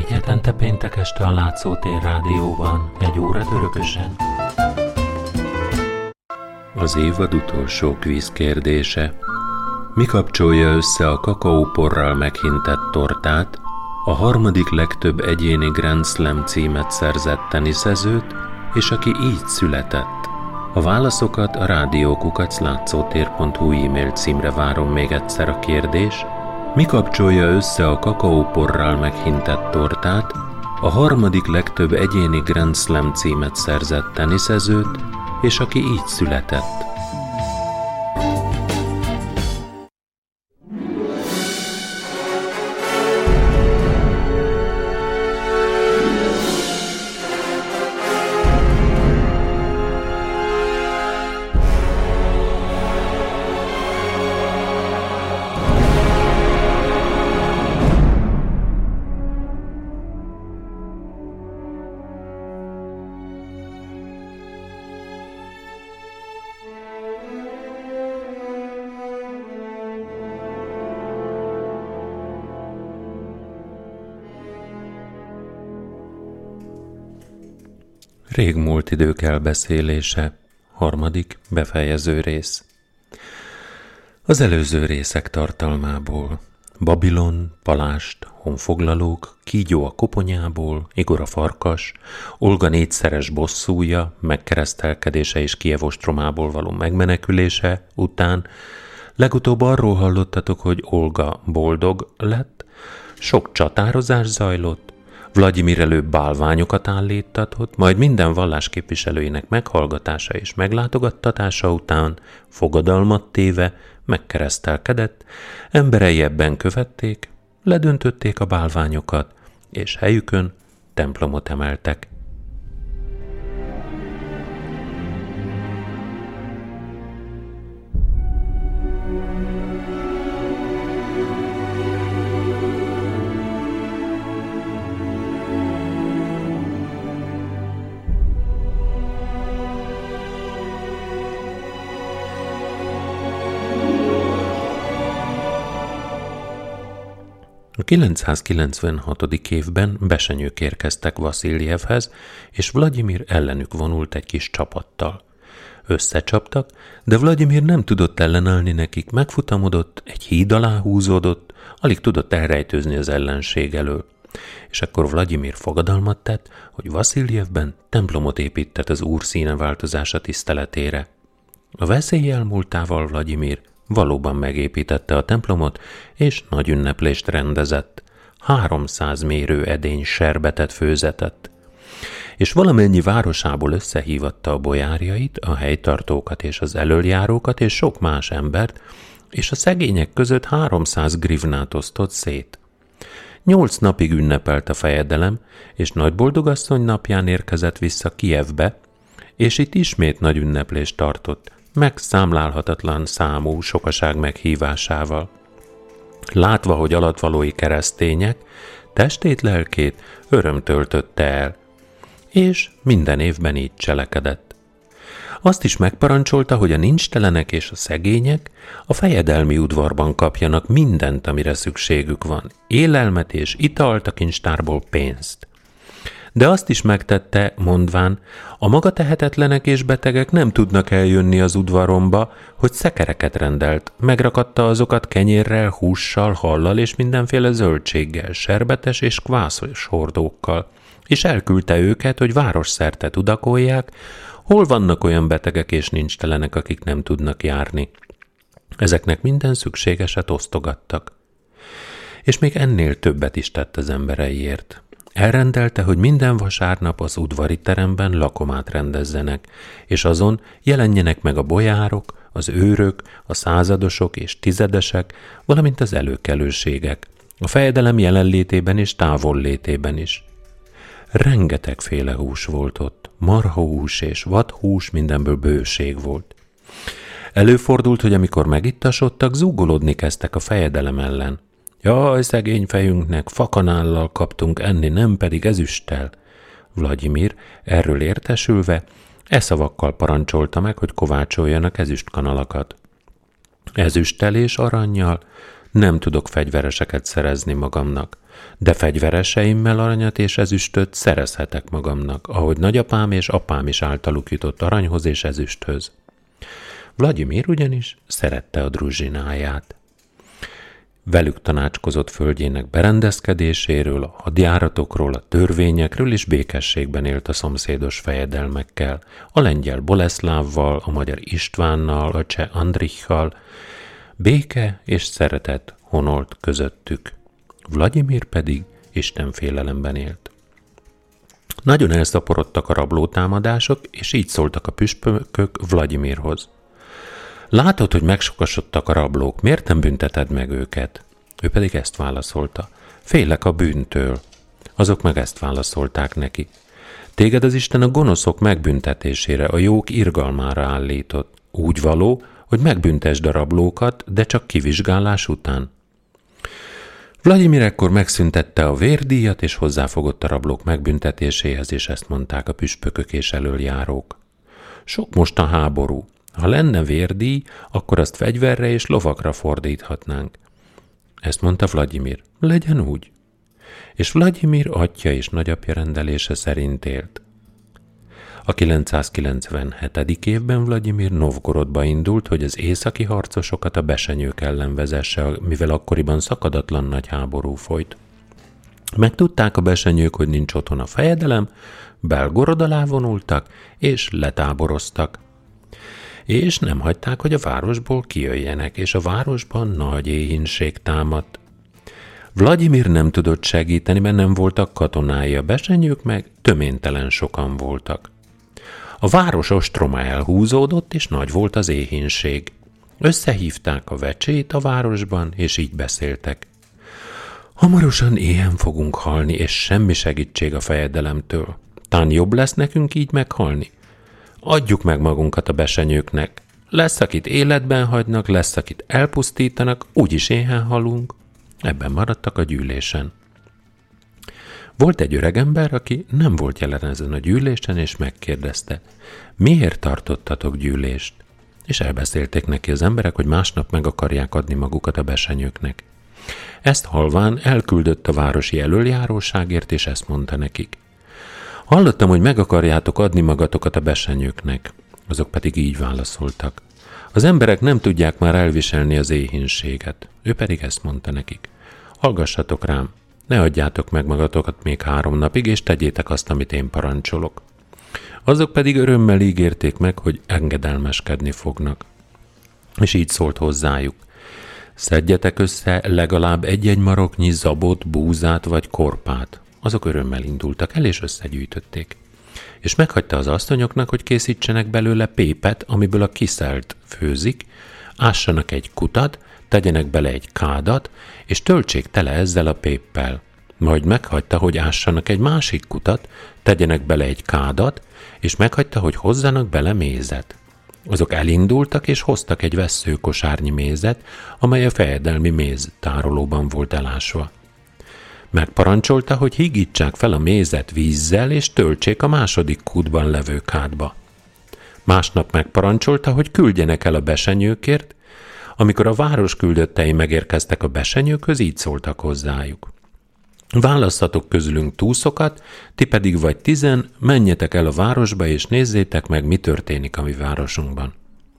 Hetente péntek este a Látszótér Rádióban, 1 óra örökösen. Az évad utolsó kvíz kérdése. Mi kapcsolja össze a kakaóporral meghintett tortát, a harmadik legtöbb egyéni Grand Slam címet szerzett teniszezőt, és aki így született? A válaszokat a rádiókukac@látszótér.hu e-mail címre várom. Még egyszer a kérdés. Mi kapcsolja össze a kakaóporral meghintett tortát, a harmadik legtöbb egyéni Grand Slam címet szerzett teniszezőt, és aki így született? Régmúlt idők elbeszélése. Harmadik, befejező rész. Az előző részek tartalmából: Babilon, Palást, honfoglalók, Kígyó a koponyából, Igor a farkas, Olga 4-szeres bosszúja, megkeresztelkedése és Kijev ostromából való megmenekülése után legutóbb arról hallottatok, hogy Olga boldog lett, sok csatározás zajlott, Vlagyimir előbb bálványokat állítatott, majd minden vallás képviselőinek meghallgatása és meglátogattatása után fogadalmat téve megkeresztelkedett, emberei ebben követték, ledöntötték a bálványokat, és helyükön templomot emeltek. A 996. évben besenyők érkeztek Vasiljevhez, és Vlagyimir ellenük vonult egy kis csapattal. Összecsaptak, de Vlagyimir nem tudott ellenállni nekik, megfutamodott, egy híd alá húzódott, alig tudott elrejtőzni az ellenség elől. És akkor Vlagyimir fogadalmat tett, hogy Vasiljevben templomot építtet az Úr színe változása tiszteletére. A veszély elmúltával Vlagyimir valóban megépítette a templomot, és nagy ünneplést rendezett. 300 mérő edény serbetet főzetett. És valamennyi városából összehívatta a bojárjait, a helytartókat és az elöljárókat, és sok más embert, és a szegények között 300 grivnát osztott szét. 8 napig ünnepelt a fejedelem, és Nagyboldogasszony napján érkezett vissza Kijevbe, és itt ismét nagy ünneplést tartott, megszámlálhatatlan számú sokaság meghívásával. Látva, hogy alatvalói keresztények, testét-lelkét öröm töltötte el, és minden évben így cselekedett. Azt is megparancsolta, hogy a nincstelenek és a szegények a fejedelmi udvarban kapjanak mindent, amire szükségük van, élelmet és italt, a kincstárból pénzt. De azt is megtette, mondván, a maga tehetetlenek és betegek nem tudnak eljönni az udvaromba, hogy szekereket rendelt, megrakatta azokat kenyérrel, hússal, hallal és mindenféle zöldséggel, serbetes és kvászos hordókkal, és elküldte őket, hogy városszerte tudakolják, hol vannak olyan betegek és nincstelenek, akik nem tudnak járni. Ezeknek minden szükségeset osztogattak. És még ennél többet is tett az embereiért. Elrendelte, hogy minden vasárnap az udvari teremben lakomát rendezzenek, és azon jelenjenek meg a bojárok, az őrök, a századosok és tizedesek, valamint az előkelőségek, a fejedelem jelenlétében és távollétében is. Rengetegféle hús volt ott, marhahús és vadhús, mindenből bőség volt. Előfordult, hogy amikor megittasodtak, zúgolódni kezdtek a fejedelem ellen. Jaj, szegény fejünknek, fakanállal kaptunk enni, nem pedig ezüsttel. Vlagyimir erről értesülve szavakkal parancsolta meg, hogy kovácsoljanak ezüstkanalakat. Ezüsttel és arannyal Nem tudok fegyvereseket szerezni magamnak, de fegyvereseimmel aranyat és ezüstöt szerezhetek magamnak, ahogy nagyapám és apám is általuk jutott aranyhoz és ezüsthöz. Vladimir ugyanis szerette a druzsináját. Velük tanácskozott földjének berendezkedéséről, a hadjáratokról, a törvényekről, és békességben élt a szomszédos fejedelmekkel, a lengyel Boleszlávval, a magyar Istvánnal, a cseh Andrichal. Béke és szeretet honolt közöttük. Vladimir pedig istenfélelemben élt. Nagyon elszaporodtak a rablótámadások, és így szóltak a püspökök Vladimirhoz. Látod, hogy megsokasodtak a rablók, miért nem bünteted meg őket? Ő pedig ezt válaszolta. Félek a bűntől. Azok meg ezt válaszolták neki. Téged az Isten a gonoszok megbüntetésére, a jók irgalmára állított. Úgy való, hogy megbüntesd a rablókat, de csak kivizsgálás után. Vladimir ekkor megszüntette a vérdíjat, és hozzáfogott a rablók megbüntetéséhez, és ezt mondták a püspökök és elöljárók. Sok most a háború. Ha lenne vérdíj, akkor azt fegyverre és lovakra fordíthatnánk. Ezt mondta Vladimir. Legyen úgy. És Vladimir atya és nagyapja rendelése szerint élt. A 997. évben Vladimir Novgorodba indult, hogy az északi harcosokat a besenyők ellen vezesse, mivel akkoriban szakadatlan nagy háború folyt. Megtudták a besenyők, hogy nincs otthon a fejedelem, Belgorod alá vonultak, és letáboroztak. És nem hagyták, hogy a városból kijöjjenek, és a városban nagy éhínség támadt. Vladimir nem tudott segíteni, mert nem voltak katonái, a besenyők meg töménytelen sokan voltak. A város ostroma elhúzódott, és nagy volt az éhínség. Összehívták a vecsét a városban, és így beszéltek. Hamarosan éhen fogunk halni, és semmi segítség a fejedelemtől. Tán jobb lesz nekünk így meghalni? Adjuk meg magunkat a besenyőknek. Lesz, akit életben hagynak, lesz, akit elpusztítanak, úgyis éhen halunk. Ebben maradtak a gyűlésen. Volt egy öregember, aki nem volt jelen ezen a gyűlésen, és megkérdezte, miért tartottatok gyűlést? És elbeszélték neki az emberek, hogy másnap meg akarják adni magukat a besenyőknek. Ezt halván elküldött a városi elöljáróságért, és ezt mondta nekik. Hallottam, hogy meg akarjátok adni magatokat a besenyőknek. Azok pedig így válaszoltak. Az emberek nem tudják már elviselni az éhínséget. Ő pedig ezt mondta nekik. Hallgassatok rám, ne adjátok meg magatokat még 3 napig, és tegyétek azt, amit én parancsolok. Azok pedig örömmel ígérték meg, hogy engedelmeskedni fognak. És így szólt hozzájuk. Szedjetek össze legalább 1 maroknyi zabot, búzát vagy korpát. Azok örömmel indultak el, és összegyűjtötték. És meghagyta az asszonyoknak, hogy készítsenek belőle pépet, amiből a kiszelt főzik, ássanak egy kutat, tegyenek bele egy kádat, és töltsék tele ezzel a péppel. Majd meghagyta, hogy ássanak egy másik kutat, tegyenek bele egy kádat, és meghagyta, hogy hozzanak bele mézet. Azok elindultak, és hoztak egy vesszőkosárnyi mézet, amely a fejedelmi méztárolóban volt elásva. Megparancsolta, hogy higítsák fel a mézet vízzel, és töltsék a második kútban levő kádba. Másnap megparancsolta, hogy küldjenek el a besenyőkért. Amikor a város küldöttei megérkeztek a besenyőkhöz, így szóltak hozzájuk. Válasszatok közülünk túszokat, ti pedig vagy 10, menjetek el a városba, és nézzétek meg, mi történik a mi városunkban.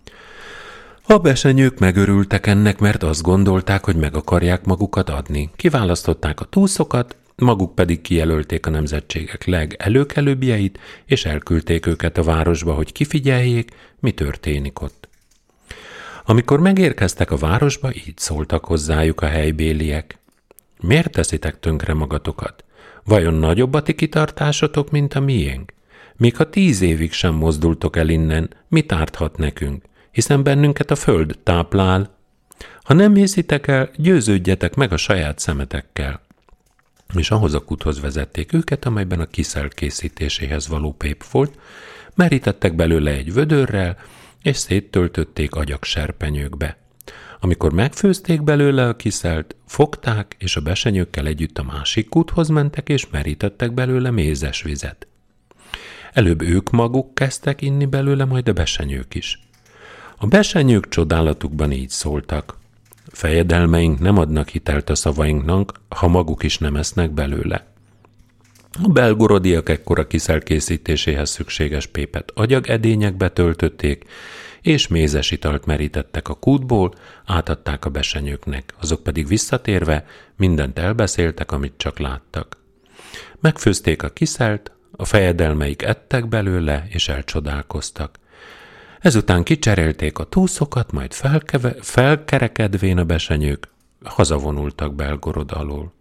A besenyők megörültek ennek, mert azt gondolták, hogy meg akarják magukat adni. Kiválasztották a túszokat, maguk pedig kijelölték a nemzetségek legelőkelőbbjeit, és elküldték őket a városba, hogy kifigyeljék, mi történik ott. Amikor megérkeztek a városba, így szóltak hozzájuk a helybéliek. Miért teszitek tönkre magatokat? Vajon nagyobb a ti kitartásotok, mint a miénk? Még ha 10 évig sem mozdultok el innen, mit árthat nekünk? Hiszen bennünket a föld táplál. Ha nem hiszitek el, győződjetek meg a saját szemetekkel. És ahhoz a kúthoz vezették őket, amelyben a kiszel készítéséhez való pép volt, merítettek belőle egy vödörrel, és széttöltötték agyagserpenyőkbe. Amikor megfőzték belőle a kiszelt, fogták, és a besenyőkkel együtt a másik kúthoz mentek, és merítettek belőle mézes vizet. Előbb ők maguk kezdtek inni belőle, majd a besenyők is. A besenyők csodálatukban így szóltak. Fejedelmeink nem adnak hitelt a szavainknak, ha maguk is nem esznek belőle. A belgorodiak ekkora kiszel készítéséhez szükséges pépet agyagedényekbe töltötték, és mézes italt merítettek a kútból, átadták a besenyőknek, azok pedig visszatérve mindent elbeszéltek, amit csak láttak. Megfőzték a kiszelt, a fejedelmeik ettek belőle, és elcsodálkoztak. Ezután kicserélték a túszokat, majd felkerekedvén a besenyők hazavonultak Belgorod alól.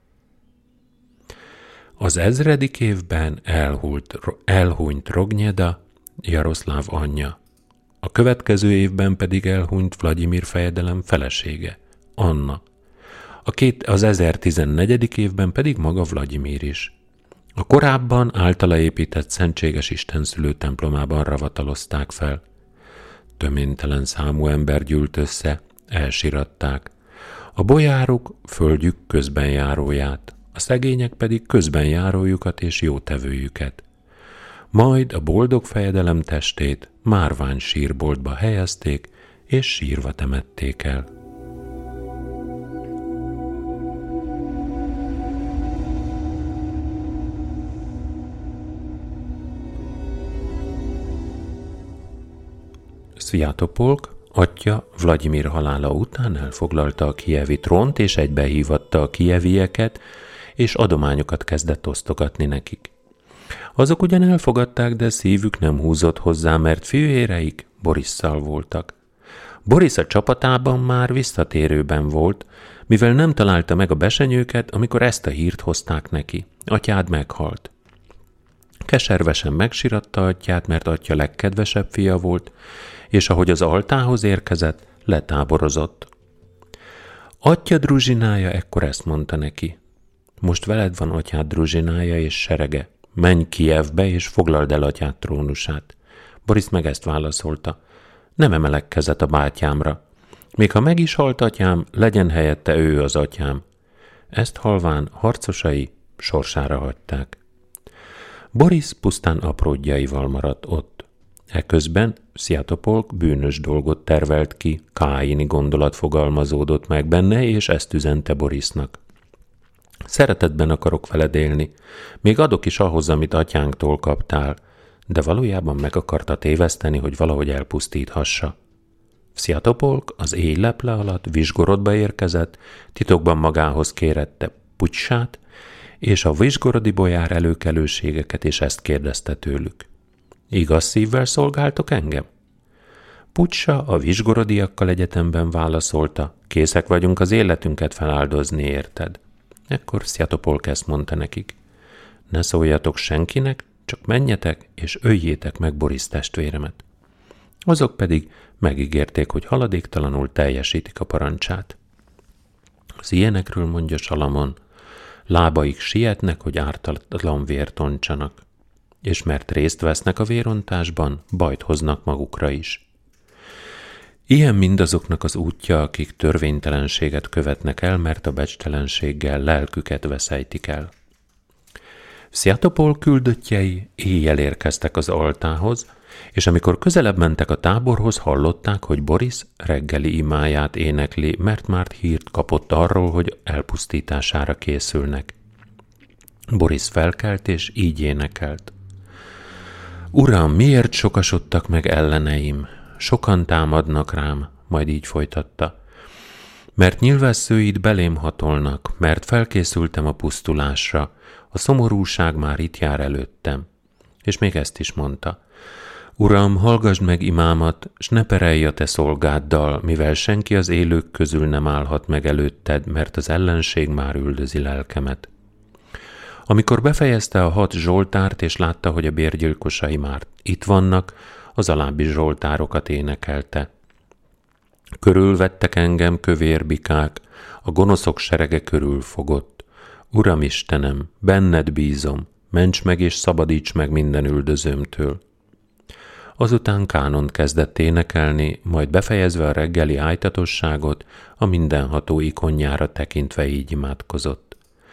Az 1000. évben elhunyt Rognyeda, Jaroszláv anyja. A következő évben pedig elhunyt Vlagyimir fejedelem felesége, Anna. Az 1014. évben pedig maga Vlagyimir is. A korábban általa épített szentséges istenszülő templomában ravatalozták fel. Töménytelen számú ember gyűlt össze, elsiratták. A bojárok földjük közbenjáróját, a szegények pedig közbenjárójukat és jótevőjüket. Majd a boldog fejedelem testét márvány sírboltba helyezték, és sírva temették el. Szvjatopolk atya Vlagyimir halála után elfoglalta a kijevi trónt, és egybehívatta a kijevieket, és adományokat kezdett osztogatni nekik. Azok ugyan elfogadták, de szívük nem húzott hozzá, mert fivéreik Borisszal voltak. Borisz a csapatában már visszatérőben volt, mivel nem találta meg a besenyőket, amikor ezt a hírt hozták neki. Atyád meghalt. Keservesen megsiratta atyát, mert atya legkedvesebb fia volt, és ahogy az altához érkezett, letáborozott. Atya druzsinája ekkor ezt mondta neki. Most veled van atyád druzsinája és serege. Menj Kijevbe, és foglald el atyád trónusát. Borisz meg ezt válaszolta. Nem emelek kezet a bátyámra. Még ha meg is halt atyám, legyen helyette ő az atyám. Ezt halván harcosai sorsára hagyták. Borisz pusztán apródjaival maradt ott. Eközben Szvjatopolk bűnös dolgot tervelt ki, káini gondolat fogalmazódott meg benne, és ezt üzente Borisznak. Szeretetben akarok veled élni, még adok is ahhoz, amit atyánktól kaptál, de valójában meg akarta téveszteni, hogy valahogy elpusztíthassa. Szvjatopolk az éjleple alatt Visgorodba érkezett, titokban magához kérette Pucsát, és a visgorodi bojár előkelőségeket, és ezt kérdezte tőlük. Igaz szívvel szolgáltok engem? Pucsa a visgorodiakkal egyetemben válaszolta, készek vagyunk az életünket feláldozni érted. Ekkor Szvjatopolk ezt mondta nekik. Ne szóljatok senkinek, csak menjetek és öljétek meg Borisz testvéremet. Azok pedig megígérték, hogy haladéktalanul teljesítik a parancsát. Az ilyenekről mondja Salamon, lábaik sietnek, hogy ártatlan vért ontsanak, és mert részt vesznek a vérontásban, bajt hoznak magukra is. Ilyen mindazoknak az útja, akik törvénytelenséget követnek el, mert a becstelenséggel lelküket veszejtik el. Szvjatopolk küldöttjei éjjel érkeztek az altához, és amikor közelebb mentek a táborhoz, hallották, hogy Borisz reggeli imáját énekli, mert már hírt kapott arról, hogy elpusztítására készülnek. Borisz felkelt, és így énekelt. Uram, miért sokasodtak meg elleneim? Sokan támadnak rám, majd így folytatta. Mert nyilvesszőid belém hatolnak, mert felkészültem a pusztulásra, a szomorúság már itt jár előttem. És még ezt is mondta. Uram, hallgasd meg imámat, s ne perelj a te szolgáddal, mivel senki az élők közül nem állhat meg előtted, mert az ellenség már üldözi lelkemet. Amikor befejezte a 6 zsoltárt, és látta, hogy a bérgyilkosai már itt vannak, az alábbi zsoltárokat énekelte. Körülvettek engem kövér bikák, a gonoszok serege körül fogott. Uram Istenem, benned bízom, ments meg és szabadíts meg minden üldözőmtől. Azután Kánont kezdett énekelni, majd befejezve a reggeli ájtatosságot, a mindenható ikonjára tekintve így imádkozott.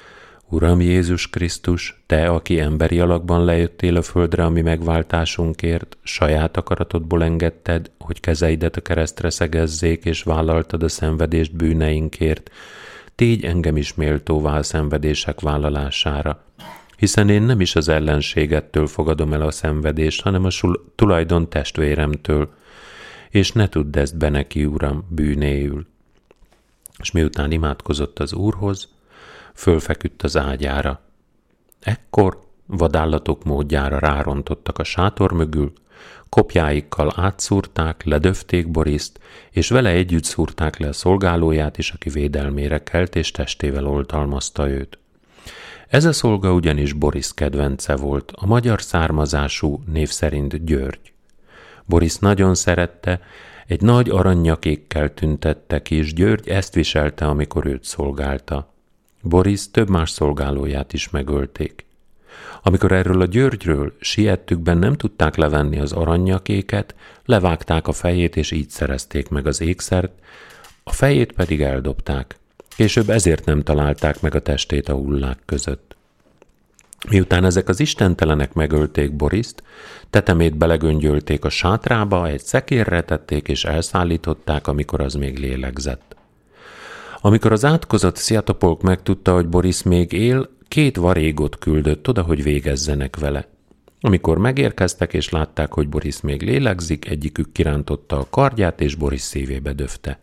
Uram Jézus Krisztus, Te, aki emberi alakban lejöttél a földre a mi megváltásunkért, saját akaratodból engedted, hogy kezeidet a keresztre szegezzék, és vállaltad a szenvedést bűneinkért, tégy engem is méltóvá a szenvedések vállalására, hiszen én nem is az ellenségettől fogadom el a szenvedést, hanem a tulajdon testvéremtől, és ne tudd ezt be neki, Uram, bűnéül. És miután imádkozott az Úrhoz, fölfeküdt az ágyára. Ekkor vadállatok módjára rárontottak a sátor mögül, kopjáikkal átszúrták, ledöfték Boriszt, és vele együtt szúrták le a szolgálóját is, aki védelmére kelt, és testével oltalmazta őt. Ez a szolga ugyanis Boris kedvence volt, a magyar származású, név szerint György. Boris nagyon szerette, egy nagy aranynyakékkel tüntette ki, és György ezt viselte, amikor őt szolgálta. Boris több más szolgálóját is megölték. Amikor erről a Györgyről siettükben nem tudták levenni az aranynyakéket, levágták a fejét, és így szerezték meg az ékszert, a fejét pedig eldobták. Később ezért nem találták meg a testét a hullák között. Miután ezek az istentelenek megölték Boriszt, tetemét belegöngyölték a sátrába, egy szekérre tették és elszállították, amikor az még lélegzett. Amikor az átkozott Sziatopolk megtudta, hogy Boris még él, 2 varégot küldött oda, hogy végezzenek vele. Amikor megérkeztek és látták, hogy Boris még lélegzik, egyikük kirántotta a kardját és Boris szívébe döfte.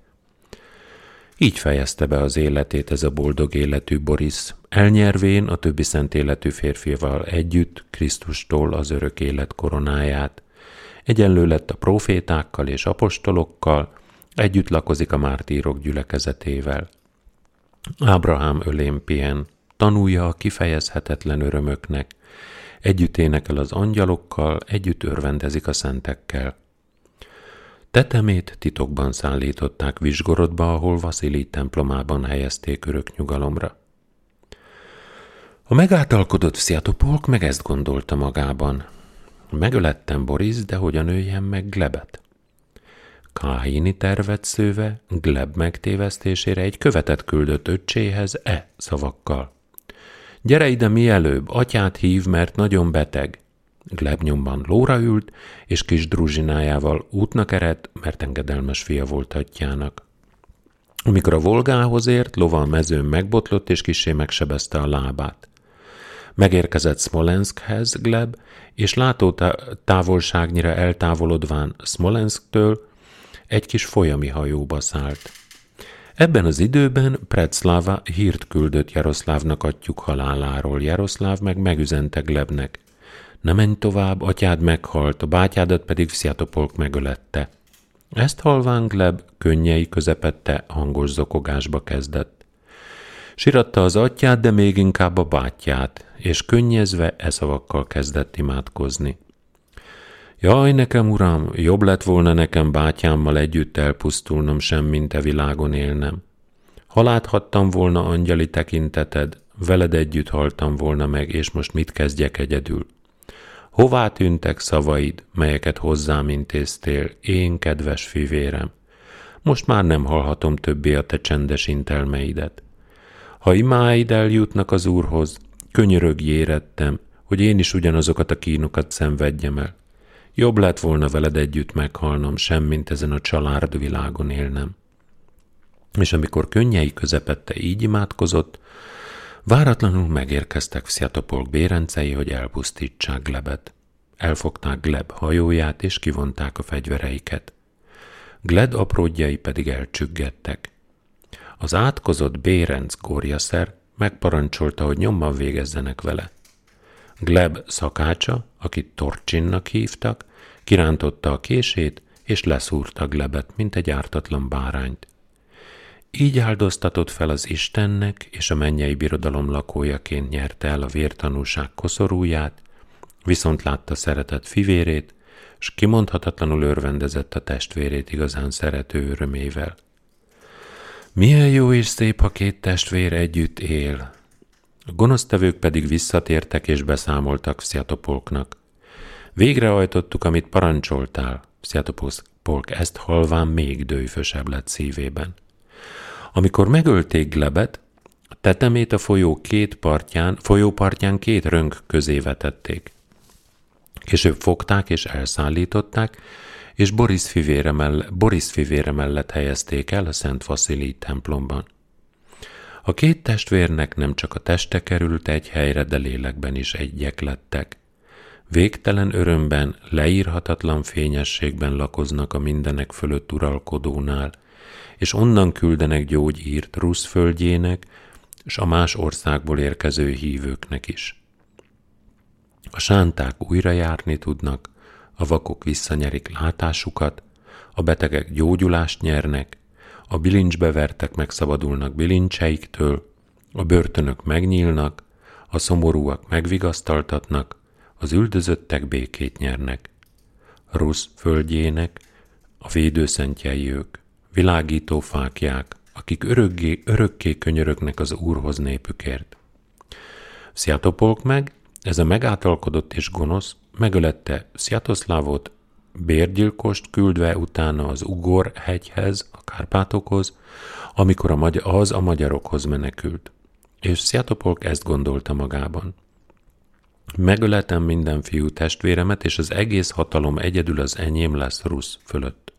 Így fejezte be az életét ez a boldog életű Boris, elnyervén a többi szent életű férfival együtt Krisztustól az örök élet koronáját. Egyenlő lett a prófétákkal és apostolokkal, együtt lakozik a mártírok gyülekezetével. Ábrahám ölén pihen, tanulja a kifejezhetetlen örömöknek, együtt énekel az angyalokkal, együtt örvendezik a szentekkel. Tetemét titokban szállították Visgorodba, ahol Vaszilij templomában helyezték örök nyugalomra. A megáltalkodott Sziatopolk meg ezt gondolta magában. Megölettem Boris, de hogyan öljem meg Glebet? Káhini tervet szőve, Gleb megtévesztésére egy követet küldött öccséhez szavakkal. Gyere ide mielőbb, atyát hív, mert nagyon beteg. Gleb nyomban lóra ült, és kis druzsinájával útnak eredt, mert engedelmes fia volt atyjának. Amikor a Volgához ért, lova a mezőn megbotlott, és kissé megsebezte a lábát. Megérkezett Szmolenszkhez Gleb, és látó távolságnyira eltávolodván Szmolenszktől egy kis folyami hajóba szállt. Ebben az időben Pretzlava hírt küldött Jaroszlávnak atyjuk haláláról. Jaroszláv meg megüzente Glebnek. Ne menj tovább, atyád meghalt, a bátyádat pedig Sziatopolk megölette. Ezt halván Gleb könnyei közepette hangos zokogásba kezdett. Siratta az atyát, de még inkább a bátyját, és könnyezve szavakkal kezdett imádkozni. Jaj, nekem, uram, jobb lett volna nekem bátyámmal együtt elpusztulnom, semmint e világon élnem. Ha láthattam volna angyali tekinteted, veled együtt haltam volna meg, és most mit kezdjek egyedül? Hová tűntek szavaid, melyeket hozzám intéztél, én kedves fivérem? Most már nem hallhatom többé a te csendes intelmeidet. Ha imáid eljutnak az Úrhoz, könyörögj érettem, hogy én is ugyanazokat a kínokat szenvedjem el. Jobb lett volna veled együtt meghalnom, semmint ezen a család világon élnem. És amikor könnyei közepette így imádkozott, váratlanul megérkeztek Sziatopolk bérencei, hogy elpusztítsák Glebet. Elfogták Gleb hajóját, és kivonták a fegyvereiket. Gleb apródjai pedig elcsüggettek. Az átkozott bérenc Gorjaszer megparancsolta, hogy nyomban végezzenek vele. Gleb szakácsa, akit Torcsinnak hívtak, kirántotta a kését, és leszúrta Glebet, mint egy ártatlan bárányt. Így áldoztatott fel az Istennek, és a mennyei birodalom lakójaként nyerte el a vértanúság koszorúját, viszont látta szeretett fivérét, s kimondhatatlanul örvendezett a testvérét igazán szerető örömével. Milyen jó és szép, ha 2 testvér együtt él! A gonosztevők pedig visszatértek és beszámoltak Sziatopolknak. Végrehajtottuk, amit parancsoltál. Sziatopolk ezt halván még dőfösebb lett szívében. Amikor megölték Glebet, tetemét a folyópartján 2 rönk közé vetették. Később fogták és elszállították, és Boris fivére mellett helyezték el a Szent Vaszilij templomban. A 2 testvérnek nem csak a teste került egy helyre, de lélekben is egyek lettek. Végtelen örömben, leírhatatlan fényességben lakoznak a mindenek fölött uralkodónál, és onnan küldenek gyógyírt Rusz földjének, és a más országból érkező hívőknek is. A sánták újra járni tudnak, a vakok visszanyerik látásukat, a betegek gyógyulást nyernek, a bilincsbe vertek megszabadulnak bilincseiktől, a börtönök megnyílnak, a szomorúak megvigasztaltatnak, az üldözöttek békét nyernek. Rusz földjének a védőszentjei ők, világító fáklyák, akik örökké könyörögnek az Úrhoz népükért. Sziatopolk meg, ez a megáltalkodott és gonosz, megölette Sziatoszlávot, bérgyilkost küldve utána az Ugor hegyhez, a Kárpátokhoz, amikor a magyarokhoz menekült. És Sziatopolk ezt gondolta magában. Megöletem minden fiú testvéremet, és az egész hatalom egyedül az enyém lesz Rusz fölött.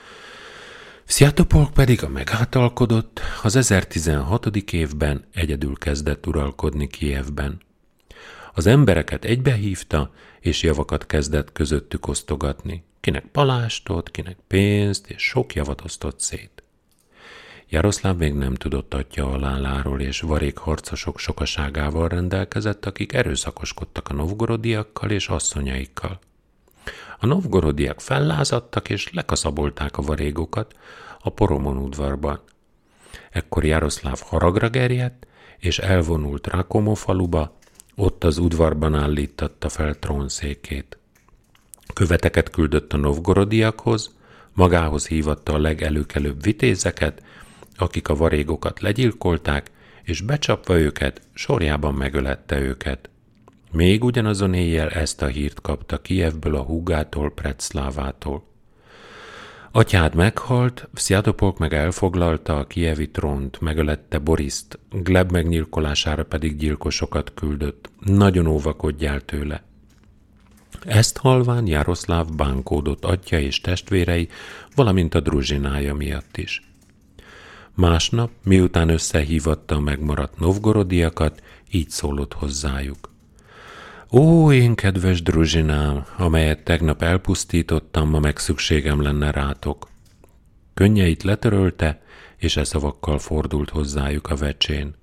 Sziatopolk pedig a megáltalkodott az 1016. évben egyedül kezdett uralkodni Kijevben. Az embereket egybehívta, és javakat kezdett közöttük osztogatni. Kinek palástot, kinek pénzt, és sok javat osztott szét. Jaroszláv még nem tudott atya haláláról, és varék harcosok sokaságával rendelkezett, akik erőszakoskodtak a novgorodiakkal és asszonyaikkal. A novgorodiak fellázadtak, és lekaszabolták a varégokat a Poromon udvarban. Ekkor Jaroszláv haragra gerjedt, és elvonult Rakomo faluba, ott az udvarban állítatta fel trónszékét. Követeket küldött a novgorodiakhoz, magához hívatta a legelőkelőbb vitézeket, akik a varégokat legyilkolták, és becsapva őket, sorjában megölette őket. Még ugyanazon éjjel ezt a hírt kapta Kijevből a húgától, Pretszlávától. Atyád meghalt, Sziatopolk meg elfoglalta a kijevi trónt, megölette Boriszt, Gleb megnyilkolására pedig gyilkosokat küldött. Nagyon óvakodjál tőle. Ezt halván Jaroszláv bánkódott atya és testvérei, valamint a druzsinája miatt is. Másnap, miután összehívatta a megmaradt novgorodiakat, így szólott hozzájuk. Ó, én kedves druzsinám, amelyet tegnap elpusztítottam, ma meg szükségem lenne rátok. Könnyeit letörölte, és e szavakkal fordult hozzájuk a vecsén.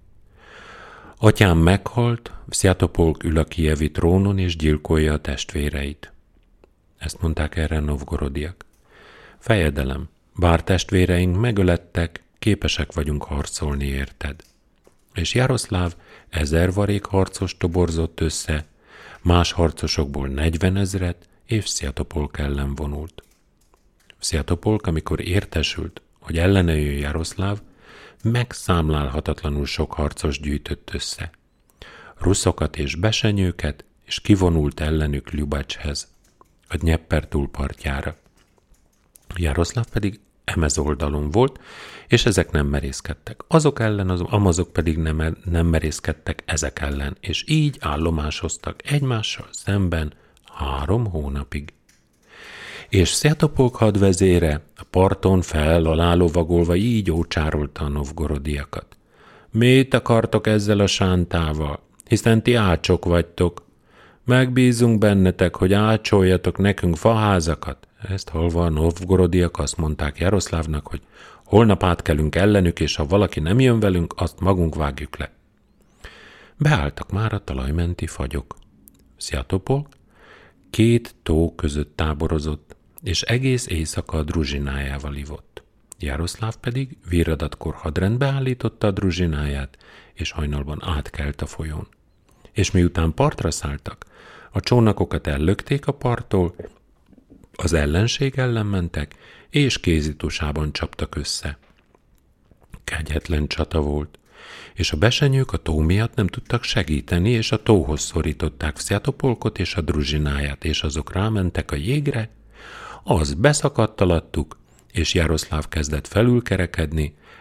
Atyám meghalt, Sziatopolk ül a kijevi trónon, és gyilkolja a testvéreit. Ezt mondták erre a novgorodiak. Fejedelem, bár testvéreink megölettek, képesek vagyunk harcolni érted. És Jaroszláv 1000 varék harcos toborzott össze, más harcosokból 40 000, és Sziatopolk ellen vonult. Sziatopolk, amikor értesült, hogy ellene jön Jaroszláv, megszámlálhatatlanul sok harcos gyűjtött össze. Ruszokat és besenyőket, és kivonult ellenük Ljubacshez, a Dnyepper túlpartjára. Jaroszláv pedig emez oldalon volt, és ezek nem merészkedtek. Azok ellen, az amazok pedig nem merészkedtek ezek ellen, és így állomásoztak egymással szemben 3 hónapig. És Sziatopolk hadvezére a parton fel alá lovagolva így ócsárolta a novgorodiakat. Mit akartok ezzel a sántával, hiszen ti ácsok vagytok? Megbízunk bennetek, hogy ácsoljatok nekünk faházakat. Ezt hallva a novgorodiak azt mondták Jaroszlávnak, hogy holnap átkelünk ellenük, és ha valaki nem jön velünk, azt magunk vágjuk le. Beálltak már a talajmenti fagyok. Sziatopolk 2 tó között táborozott, és egész éjszaka a druzsinájával ivott. Jaroszláv pedig virradatkor hadrendbe állította a druzsináját, és hajnalban átkelt a folyón. És miután partra szálltak, a csónakokat ellökték a parttól, az ellenség ellen mentek, és kézitusában csaptak össze. Kegyetlen csata volt, és a besenyők a tó miatt nem tudtak segíteni, és a tóhoz szorították Sziatopolkot és a druzsináját, és azok rámentek a jégre, az beszakadt alattuk, és Jaroszláv kezdett felülkerekedni,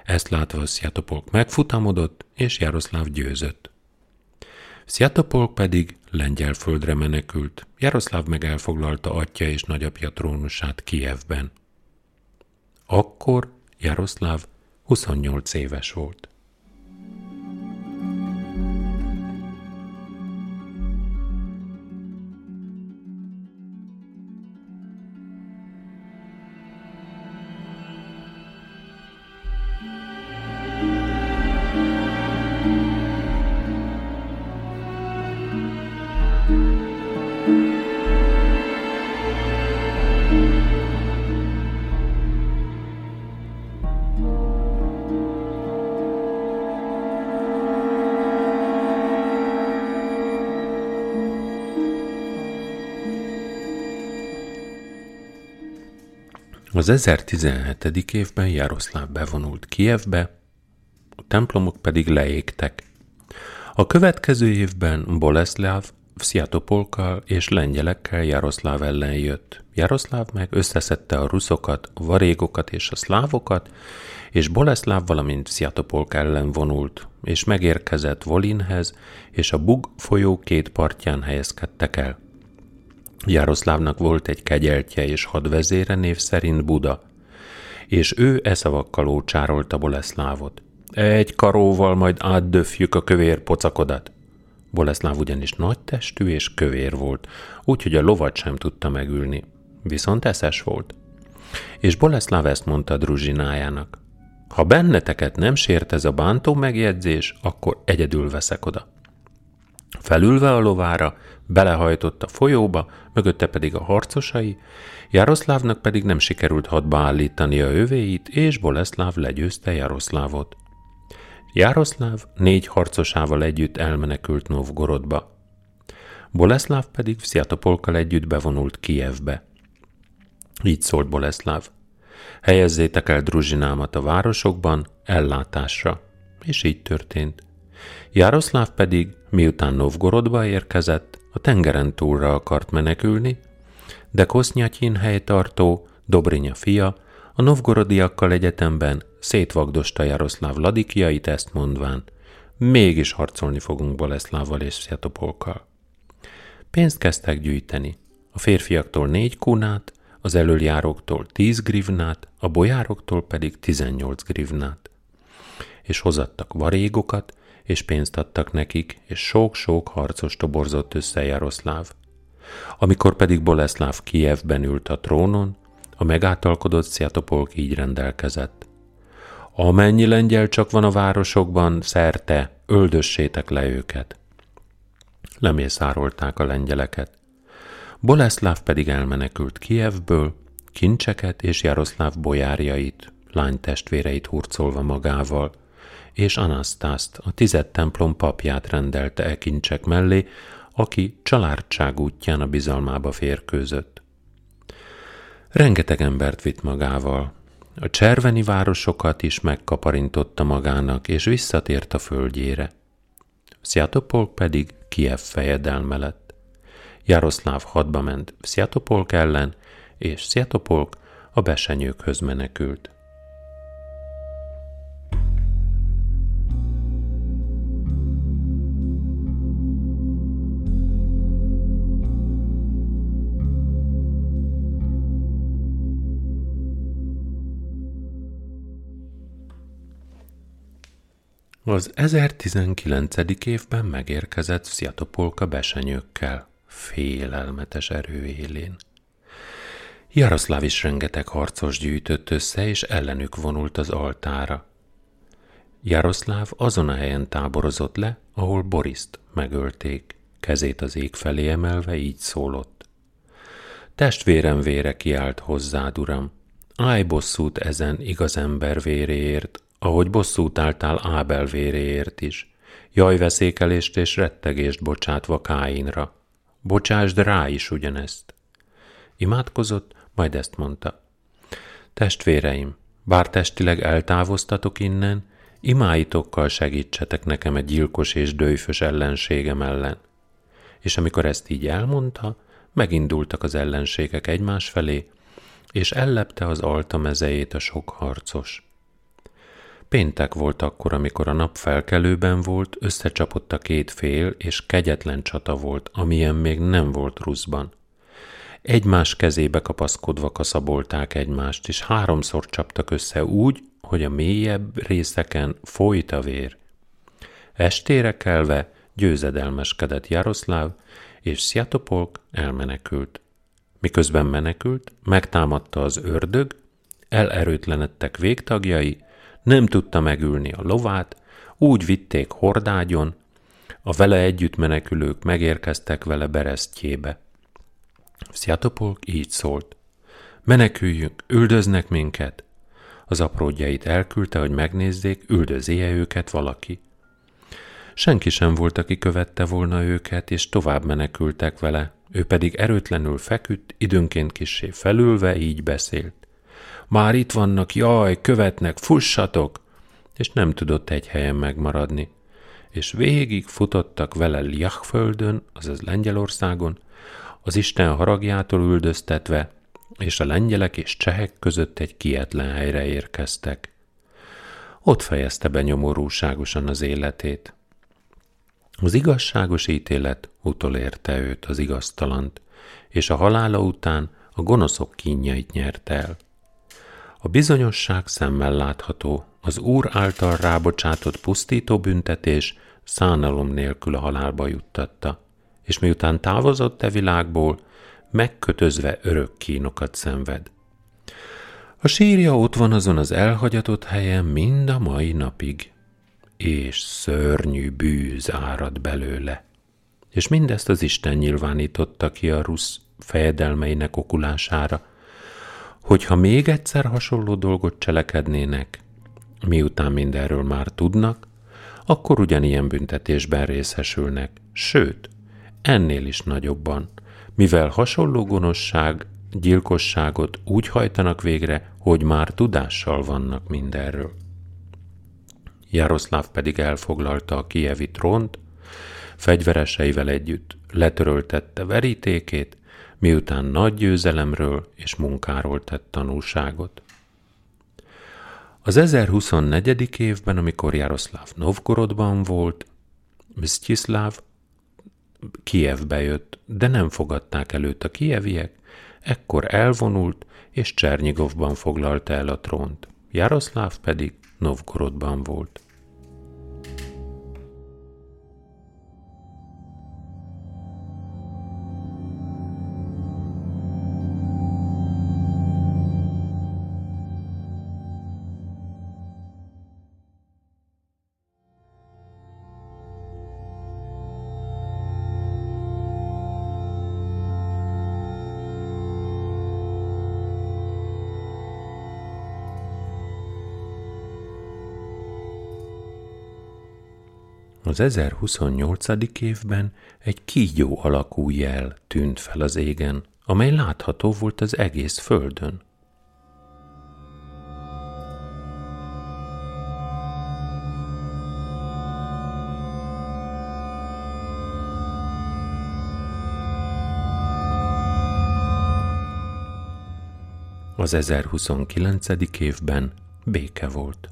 Ezt látva Sziatopolk megfutamodott, és Jaroszláv győzött. Sziatopolk pedig lengyel földre menekült, Jaroszláv meg elfoglalta atyja és nagyapja trónusát Kijevben. Akkor Jaroszláv 28 éves volt. Az 1017. évben Jaroszláv bevonult Kijevbe, a templomok pedig leégtek. A következő évben Boleszláv Sziatopolkkal és lengyelekkel Jaroszláv ellen jött. Jaroszláv meg összeszedte a ruszokat, a varégokat és a szlávokat, és Boleszláv valamint Sziatopolk ellen vonult, és megérkezett Volinhez, és a Bug folyó két partján helyezkedtek el. Jaroszlávnak volt egy kegyeltje és hadvezére, név szerint Buda, és ő szavakkal ócsárolta Boleszlávot. Egy karóval majd átdöfjük a kövér pocakodat. Boleszláv ugyanis nagy testű és kövér volt, úgyhogy a lovat sem tudta megülni, viszont eszes volt. És Boleszláv ezt mondta Druzsinájának: ha benneteket nem sért ez a bántó megjegyzés, akkor egyedül veszek oda. Felülve a lovára, belehajtott a folyóba, mögötte pedig a harcosai, Jaroszlávnak pedig nem sikerült hadba állítani a övéit, és Boleszláv legyőzte Jaroszlávot. Jaroszláv 4 harcosával együtt elmenekült Novgorodba. Boleszláv pedig Sziatopolkkal együtt bevonult Kijevbe. Így szólt Boleszláv: helyezzétek el Druzsinámat a városokban ellátásra. És így történt. Jaroszláv pedig, miután Novgorodba érkezett, a tengeren túlra akart menekülni, de Kosznyatyin helytartó, Dobrinya fia, a novgorodiakkal egyetemben szétvagdosta Jaroszláv ladikjait, ezt mondván: mégis harcolni fogunk Boleszlávval és Sziatopolkkal. Pénzt kezdtek gyűjteni. A férfiaktól 4 kunát, az elöljáróktól 10 grivnát, a bojároktól pedig 18 grivnát. És hozattak varégokat, és pénzt adtak nekik, és sok-sok harcos toborzott össze Jaroszláv. Amikor pedig Boleszláv Kijevben ült a trónon, a megáltalkodott Sziatopolk így rendelkezett: amennyi lengyel csak van a városokban szerte, öldössétek le őket. Lemészárolták a lengyeleket. Boleszláv pedig elmenekült Kijevből, kincseket és Jaroszláv bojárjait, lánytestvéreit hurcolva magával, és Anasztászt, a 10 templom papját rendelte kincsek mellé, aki családság útján a bizalmába férkőzött. Rengeteg embert vitt magával. A cserveni városokat is megkaparintotta magának, és visszatért a földjére. Sziatopolk pedig Kijev fejedelme lett. Jaroszláv hadba ment Sziatopolk ellen, és Sziatopolk a besenyőkhöz menekült. Az 1019. évben megérkezett Sziatopolk a besenyőkkel, félelmetes erő élén. Jaroszláv is rengeteg harcos gyűjtött össze, és ellenük vonult az altára. Jaroszláv azon a helyen táborozott le, ahol Boriszt megölték, kezét az ég felé emelve így szólott: testvérem vére kiált hozzád, uram, állj bosszút ezen igaz ember véréért, ahogy bosszút álltál Ábel véréért is. Jaj veszékelést és rettegést bocsátva Káinra. Bocsásd rá is ugyanezt. Imádkozott, majd ezt mondta: testvéreim, bár testileg eltávoztatok innen, imáitokkal segítsetek nekem egy gyilkos és dőjfös ellenségem ellen. És amikor ezt így elmondta, megindultak az ellenségek egymás felé, és ellepte az alta mezejét a sok harcos. Péntek volt akkor, amikor a nap felkelőben volt, összecsapott a két fél, és kegyetlen csata volt, amilyen még nem volt Ruszban. Egymás kezébe kapaszkodva kaszabolták egymást, és 3-szor csaptak össze úgy, hogy a mélyebb részeken folyt a vér. Estére kelve győzedelmeskedett Jaroszláv, és Sziatopolk elmenekült. Miközben menekült, megtámadta az ördög, elerőtlenedtek végtagjai, nem tudta megülni a lovát, úgy vitték hordágyon, a vele együtt menekülők megérkeztek vele Beresztjébe. Sziatopolk így szólt: meneküljünk, üldöznek minket. Az apródjait elküldte, hogy megnézzék, üldözi-e őket valaki. Senki sem volt, aki követte volna őket, és tovább menekültek vele. Ő pedig erőtlenül feküdt, időnként kissé felülve így beszélt: már itt vannak, jaj, követnek, fussatok! És nem tudott egy helyen megmaradni. És végig futottak vele Liachföldön, azaz Lengyelországon, az Isten haragjától üldöztetve, és a lengyelek és csehek között egy kietlen helyre érkeztek. Ott fejezte be nyomorúságosan az életét. Az igazságos ítélet utolérte őt, az igaztalant, és a halála után a gonoszok kínjait nyerte el. A bizonyosság szemmel látható, az Úr által rábocsátott pusztító büntetés szánalom nélkül a halálba juttatta, és miután távozott e világból, megkötözve örök kínokat szenved. A sírja ott van azon az elhagyatott helyen mind a mai napig, és szörnyű bűz árad belőle. És mindezt az Isten nyilvánította ki a rusz fejedelmeinek okulására, hogyha még egyszer hasonló dolgot cselekednének, miután mindenről már tudnak, akkor ugyanilyen büntetésben részesülnek, sőt, ennél is nagyobban, mivel hasonló gonoszság, gyilkosságot úgy hajtanak végre, hogy már tudással vannak mindenről. Jaroszláv pedig elfoglalta a kijevi trónt, fegyvereseivel együtt letöröltette verítékét, miután nagy győzelemről és munkáról tett tanúságot. Az 1024. évben, amikor Jaroszláv Novgorodban volt, Msztyiszláv Kijevbe jött, de nem fogadták előtt a kijeviek, ekkor elvonult, és Csernyigovban foglalta el a trónt. Jaroszláv pedig Novgorodban volt. Az 1028. évben egy kígyó alakú jel tűnt fel az égen, amely látható volt az egész földön. Az 1029. évben béke volt.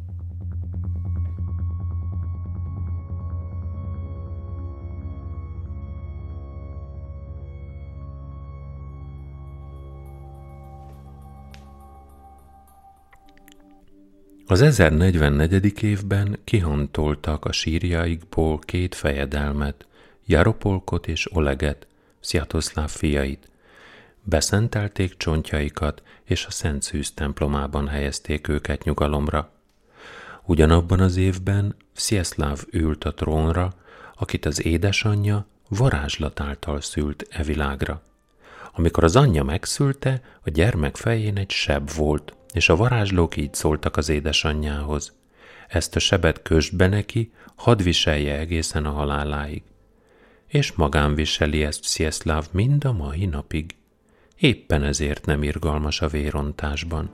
Az 1044. évben kihantoltak a sírjaikból 2 fejedelmet, Jaropolkot és Oleget, Sziatoszláv fiait. Beszentelték csontjaikat, és a Szent Szűz templomában helyezték őket nyugalomra. Ugyanabban az évben Msztyiszláv ült a trónra, akit az édesanyja varázslat által szült e világra. Amikor az anyja megszülte, a gyermek fején egy seb volt, és a varázslók így szóltak az édesanyjához: ezt a sebet kösd be neki, hadd viselje egészen a haláláig. És magán viseli ezt Msztyiszláv mind a mai napig. Éppen ezért nem irgalmas a vérontásban.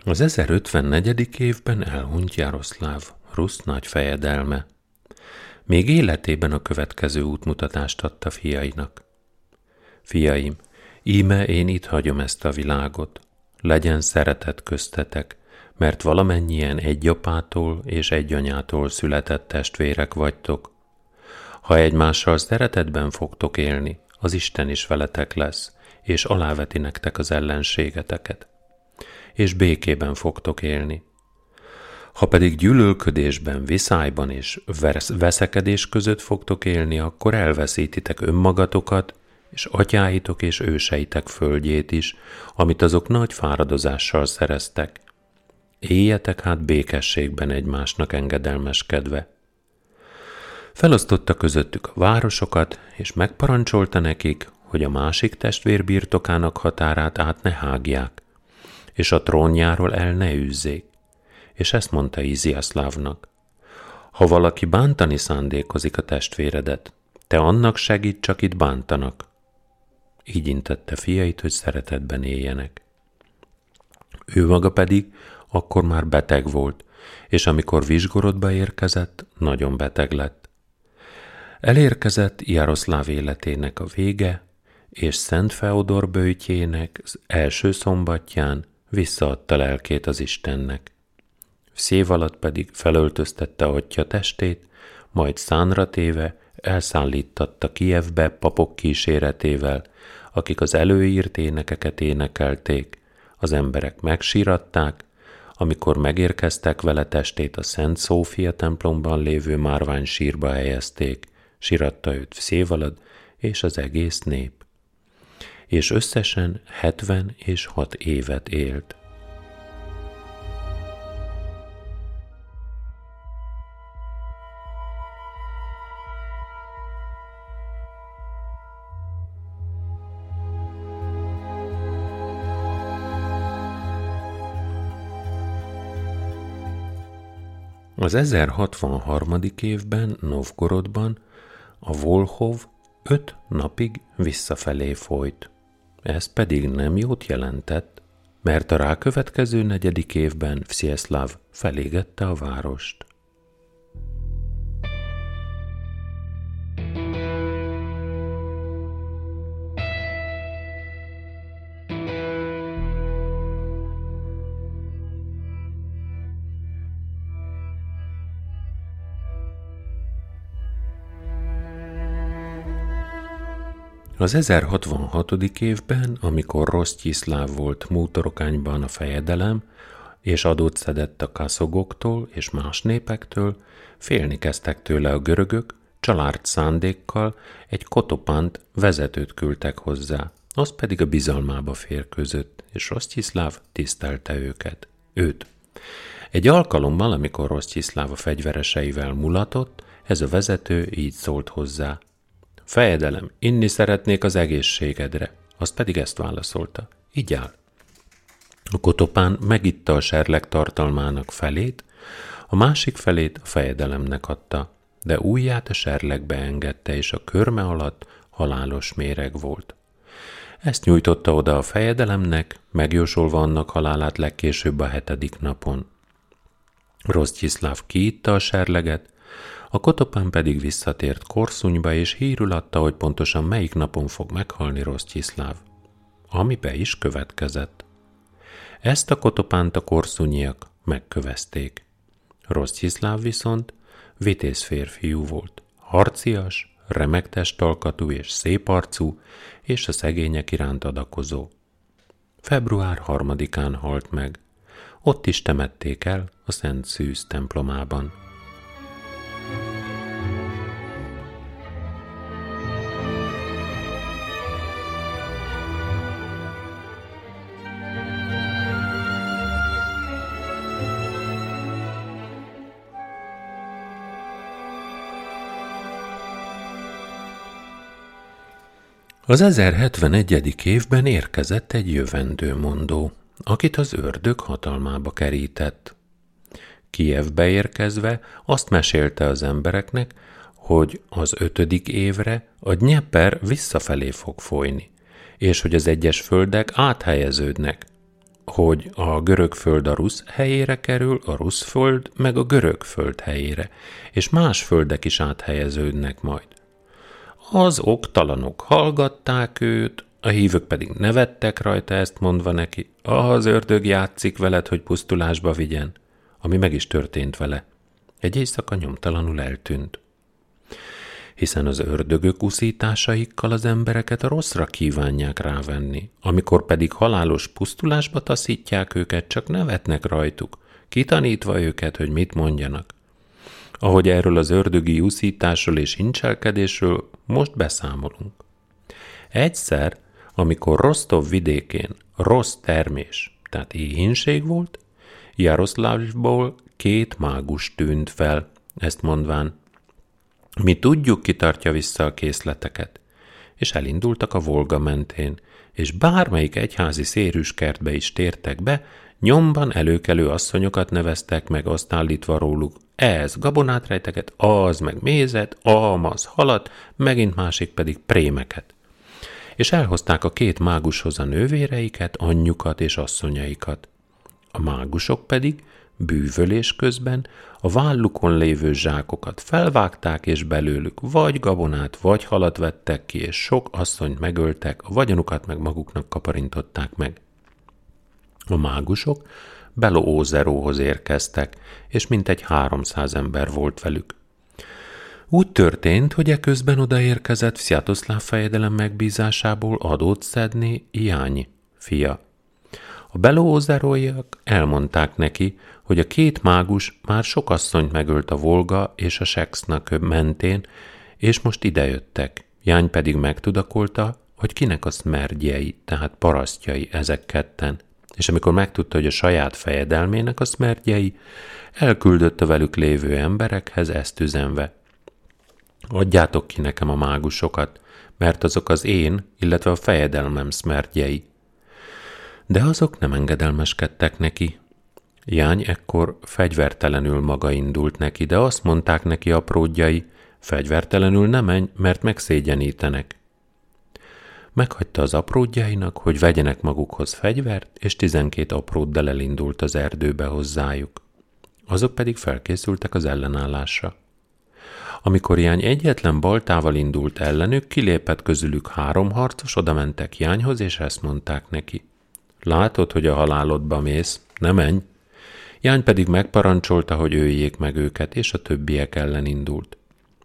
Az 1054. évben elhunyt Jaroszláv, Rusz nagy fejedelme. Még életében a következő útmutatást adta fiainak. Fiaim, íme én itt hagyom ezt a világot. Legyen szeretet köztetek, mert valamennyien egy apától és egy anyától született testvérek vagytok. Ha egymással szeretetben fogtok élni, az Isten is veletek lesz, és aláveti nektek az ellenségeteket. És békében fogtok élni. Ha pedig gyűlölködésben, viszályban és veszekedés között fogtok élni, akkor elveszítitek önmagatokat, és atyáitok és őseitek földjét is, amit azok nagy fáradozással szereztek. Éljetek hát békességben egymásnak engedelmeskedve. Felosztotta közöttük a városokat, és megparancsolta nekik, hogy a másik testvér birtokának határát át ne hágják, és a trónjáról el ne űzzék. És ezt mondta Iziaszlávnak: ha valaki bántani szándékozik a testvéredet, te annak segíts, akit bántanak. Így intette fiait, hogy szeretetben éljenek. Ő maga pedig akkor már beteg volt, és amikor Visgorodba érkezett, nagyon beteg lett. Elérkezett Jaroszláv életének a vége, és Szent Feodor böjtjének az első szombatján visszaadta lelkét az Istennek. Szév alatt pedig felöltöztette atyja testét, majd szánra téve elszállítatta Kijevbe papok kíséretével, akik az előírt énekeket énekelték. Az emberek megsíratták, amikor megérkeztek vele, testét a Szent Szófia templomban lévő márvány sírba helyezték, síratta őt Szévalad és az egész nép. És összesen 76 évet élt. Az 1063. évben Novgorodban a Volhov 5 napig visszafelé folyt. Ez pedig nem jót jelentett, mert a rákövetkező 4. évben Msztyiszláv felégette a várost. Az 1066. évben, amikor Rosztyiszláv volt Mútorokányban a fejedelem, és adót szedett a kaszogoktól és más népektől, félni kezdtek tőle a görögök, család szándékkal egy Kotopánt vezetőt küldtek hozzá, az pedig a bizalmába férkőzött, és Rosztyiszláv tisztelte őt. Egy alkalommal, amikor Rosztyiszláv a fegyvereseivel mulatott, ez a vezető így szólt hozzá: fejedelem, inni szeretnék az egészségedre. Az pedig ezt válaszolta: igyál. A Kotopán megitta a serleg tartalmának felét, a másik felét a fejedelemnek adta, de ujját a serlegbe engedte, és a körme alatt halálos méreg volt. Ezt nyújtotta oda a fejedelemnek, megjósolva annak halálát legkésőbb a 7. napon. Rosztyiszláv kiitta a serleget, a Kotopán pedig visszatért Korszunnyba, és hírül adta, hogy pontosan melyik napon fog meghalni Rosztyiszláv, ami be is következett. Ezt a Kotopánt a korszunyiak megkövezték. Rosztyiszláv viszont vitéz férfiú volt, harcias, remek testalkatú és szép arcú, és a szegények iránt adakozó. Február 3-án halt meg. Ott is temették el a Szent Szűz templomában. Az 1071. évben érkezett egy jövendőmondó, akit az ördög hatalmába kerített. Kijevbe érkezve azt mesélte az embereknek, hogy az 5. évre a Dnyeper visszafelé fog folyni, és hogy az egyes földek áthelyeződnek. hogy a görög föld a rusz helyére kerül, a rusz föld meg a görög föld helyére, és más földek is áthelyeződnek majd. Az oktalanok hallgatták őt, a hívők pedig nevettek rajta, ezt mondva neki, az ördög játszik veled, hogy pusztulásba vigyen, ami meg is történt vele. Egy éjszaka nyomtalanul eltűnt. Hiszen az ördögök uszításaikkal az embereket a rosszra kívánják rávenni, amikor pedig halálos pusztulásba taszítják őket, csak nevetnek rajtuk, kitanítva őket, hogy mit mondjanak. Ahogy erről az ördögi uszításról és incselkedésről most beszámolunk. Egyszer, amikor Rostov vidékén rossz termés, tehát éhínség volt, Jaroszlavból 2 mágus tűnt fel, ezt mondván, mi tudjuk, ki tartja vissza a készleteket, és elindultak a Volga mentén, és bármelyik egyházi szérűskertbe is tértek be, nyomban előkelő asszonyokat neveztek meg, azt állítva róluk, ez gabonát rejteket, az meg mézet, amaz halat, megint másik pedig prémeket. És elhozták a 2 mágushoz a nővéreiket, anyjukat és asszonyaikat. A mágusok pedig bűvölés közben a vállukon lévő zsákokat felvágták, és belőlük vagy gabonát, vagy halat vettek ki, és sok asszonyt megöltek, a vagyonukat meg maguknak kaparintották meg. A mágusok Belóózeróhoz érkeztek, és mintegy 300 ember volt velük. Úgy történt, hogy eközben odaérkezett Szvjatoszláv fejedelem megbízásából adót szedni Jány fia. A Belóózeróiak elmondták neki, hogy a 2 mágus már sok asszonyt megölt a Volga és a Seksznak mentén, és most idejöttek. Jány pedig megtudakolta, hogy kinek a szmerdjei, tehát parasztjai ezek ketten. És amikor megtudta, hogy a saját fejedelmének a szmerdjei, elküldött a velük lévő emberekhez ezt üzenve. Adjátok ki nekem a mágusokat, mert azok az én, illetve a fejedelmem szmerdjei. De azok nem engedelmeskedtek neki. Jány ekkor fegyvertelenül maga indult neki, de azt mondták neki apródjai, fegyvertelenül ne menj, mert megszégyenítenek. Meghagyta az apródjainak, hogy vegyenek magukhoz fegyvert, és 12 apróddal elindult az erdőbe hozzájuk. Azok pedig felkészültek az ellenállásra. Amikor Jány egyetlen baltával indult ellenük, kilépett közülük 3 harcos, oda mentek Jányhoz, és ezt mondták neki. Látod, hogy a halálodba mész, ne menj! Jány pedig megparancsolta, hogy öljék meg őket, és a többiek ellen indult.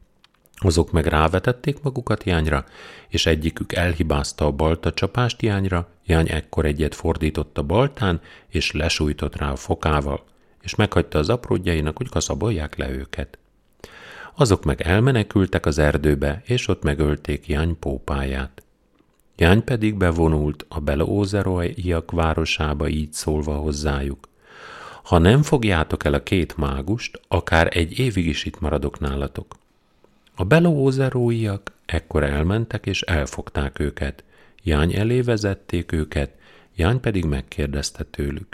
Azok meg rávetették magukat Jányra, és egyikük elhibázta a balta csapást Jányra, Jány ekkor egyet fordított a baltán, és lesújtott rá a fokával, és meghagyta az apródjainak, hogy kaszabolják le őket. Azok meg elmenekültek az erdőbe, és ott megölték Jány pópáját. Jány pedig bevonult a Belóózeróiak városába, így szólva hozzájuk. Ha nem fogjátok el a 2 mágust, akár 1 évig is itt maradok nálatok. A Belóózeróiak ekkor elmentek, és elfogták őket. Jány elé vezették őket, Jány pedig megkérdezte tőlük.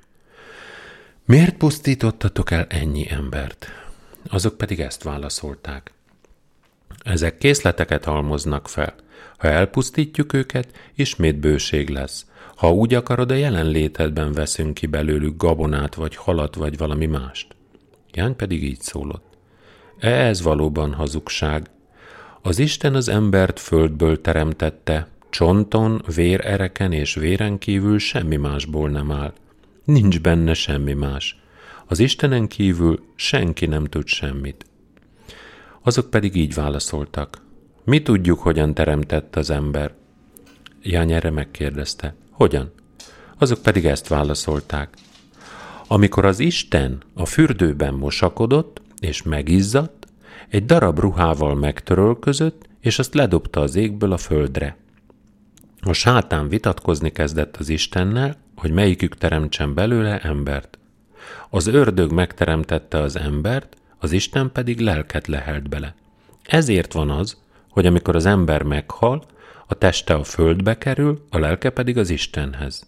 Miért pusztítottatok el ennyi embert? Azok pedig ezt válaszolták. Ezek készleteket halmoznak fel. Ha elpusztítjuk őket, ismét bőség lesz. Ha úgy akarod, a jelenlétedben veszünk ki belőlük gabonát, vagy halat, vagy valami mást. Jány pedig így szólott. Ez valóban hazugság. Az Isten az embert földből teremtette, csonton, vérereken és véren kívül semmi másból nem áll. Nincs benne semmi más. Az Istenen kívül senki nem tud semmit. Azok pedig így válaszoltak. Mi tudjuk, hogyan teremtett az ember? Jány erre megkérdezte. Hogyan? Azok pedig ezt válaszolták. Amikor az Isten a fürdőben mosakodott és megizzadt, egy darab ruhával megtörölközött, és azt ledobta az égből a földre. A sátán vitatkozni kezdett az Istennel, hogy melyikük teremtsen belőle embert. Az ördög megteremtette az embert, az Isten pedig lelket lehelt bele. Ezért van az, hogy amikor az ember meghal, a teste a földbe kerül, a lelke pedig az Istenhez.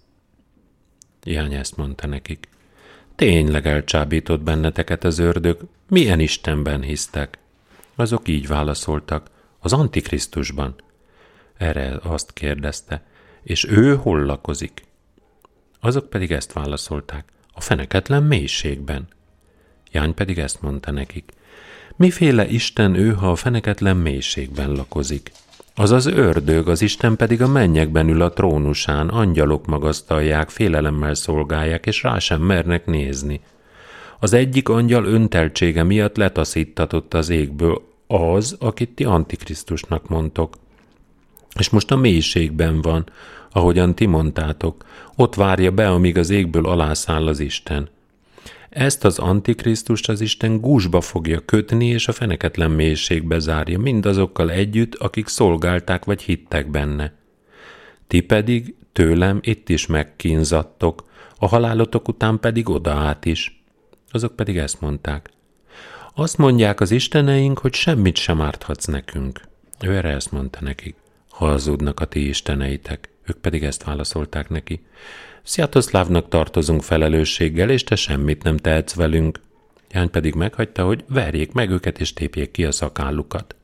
Jány ezt mondta nekik. Tényleg elcsábított benneteket az ördög, milyen Istenben hisztek? Azok így válaszoltak, az Antikrisztusban. Erre azt kérdezte, és ő hol lakozik? Azok pedig ezt válaszolták: a feneketlen mélységben. Jány pedig ezt mondta nekik: miféle Isten ő, ha a feneketlen mélységben lakozik? Az az ördög, az Isten pedig a mennyekben ül a trónusán, angyalok magasztalják, félelemmel szolgálják, és rá sem mernek nézni. Az egyik angyal önteltsége miatt letaszítatott az égből az, akit ti Antikrisztusnak mondtok. És most a mélységben van, ahogyan ti mondtátok, ott várja be, amíg az égből alászáll az Isten. Ezt az Antikrisztust az Isten gúzsba fogja kötni, és a feneketlen mélységbe zárja, mindazokkal együtt, akik szolgálták vagy hittek benne. Ti pedig tőlem itt is megkínzattok, a halálotok után pedig oda át is. Azok pedig ezt mondták: azt mondják az isteneink, hogy semmit sem árthatsz nekünk. Ő erre ezt mondta nekik: hazudnak a ti isteneitek. Ők pedig ezt válaszolták neki: Sziatoszlávnak tartozunk felelősséggel, és te semmit nem tehetsz velünk. Jány pedig meghagyta, hogy verjék meg őket, és tépjék ki a szakállukat.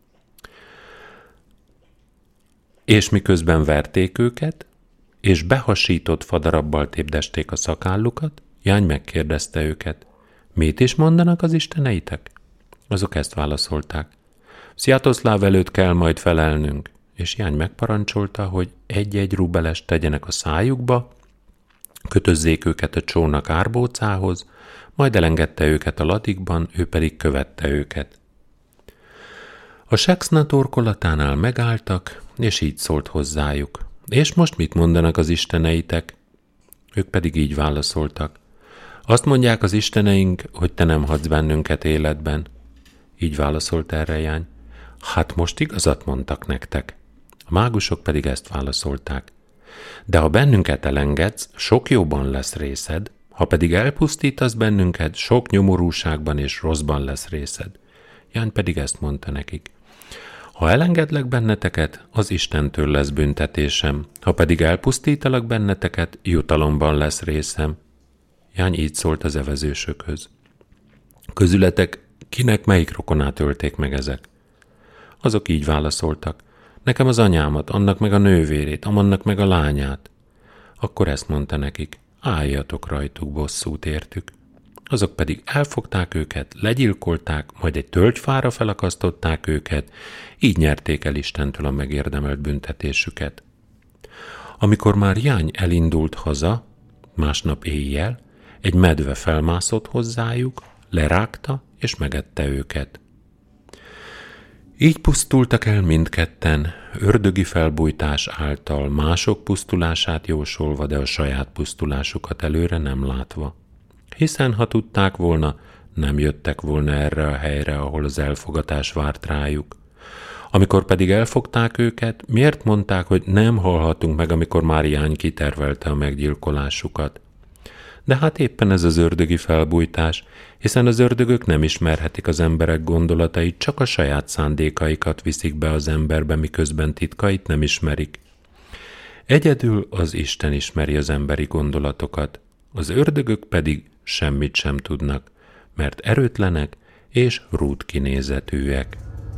És miközben verték őket, és behasított fadarabbal tépdesték a szakállukat, Jány megkérdezte őket: mit is mondanak az isteneitek? Azok ezt válaszolták: Sziatoszláv előtt kell majd felelnünk. És Jány megparancsolta, hogy egy-egy rubelest tegyenek a szájukba, kötözzék őket a csónak árbócához, majd elengedte őket a ladikban, ő pedig követte őket. A Sekszna torkolatánál megálltak, és így szólt hozzájuk: és most mit mondanak az isteneitek? Ők pedig így válaszoltak: azt mondják az isteneink, hogy te nem hagysz bennünket életben. Így válaszolt erre Jány: hát most igazat mondtak nektek. A mágusok pedig ezt válaszolták: de ha bennünket elengedsz, sok jóban lesz részed, ha pedig elpusztítasz bennünket, sok nyomorúságban és rosszban lesz részed. Jány pedig ezt mondta nekik: ha elengedlek benneteket, az Istentől lesz büntetésem, ha pedig elpusztítalak benneteket, jutalomban lesz részem. Jány így szólt az evezősökhöz: közületek kinek melyik rokonát ölték meg ezek? Azok így válaszoltak: nekem az anyámat, annak meg a nővérét, amannak meg a lányát. Akkor ezt mondta nekik: álljatok rajtuk bosszút értük. Azok pedig elfogták őket, legyilkolták, majd egy tölgyfára felakasztották őket, így nyerték el Istentől a megérdemelt büntetésüket. Amikor már Jány elindult haza, másnap éjjel, egy medve felmászott hozzájuk, lerágta és megette őket. Így pusztultak el mindketten, ördögi felbujtás által, mások pusztulását jósolva, de a saját pusztulásukat előre nem látva. Hiszen ha tudták volna, nem jöttek volna erre a helyre, ahol az elfogatás várt rájuk. Amikor pedig elfogták őket, miért mondták, hogy nem halhatunk meg, amikor már Jány kitervelte a meggyilkolásukat? De hát éppen ez az ördögi felbujtás, hiszen az ördögök nem ismerhetik az emberek gondolatait, csak a saját szándékaikat viszik be az emberbe, miközben titkait nem ismerik. Egyedül az Isten ismeri az emberi gondolatokat, az ördögök pedig semmit sem tudnak, mert erőtlenek és rút kinézetűek.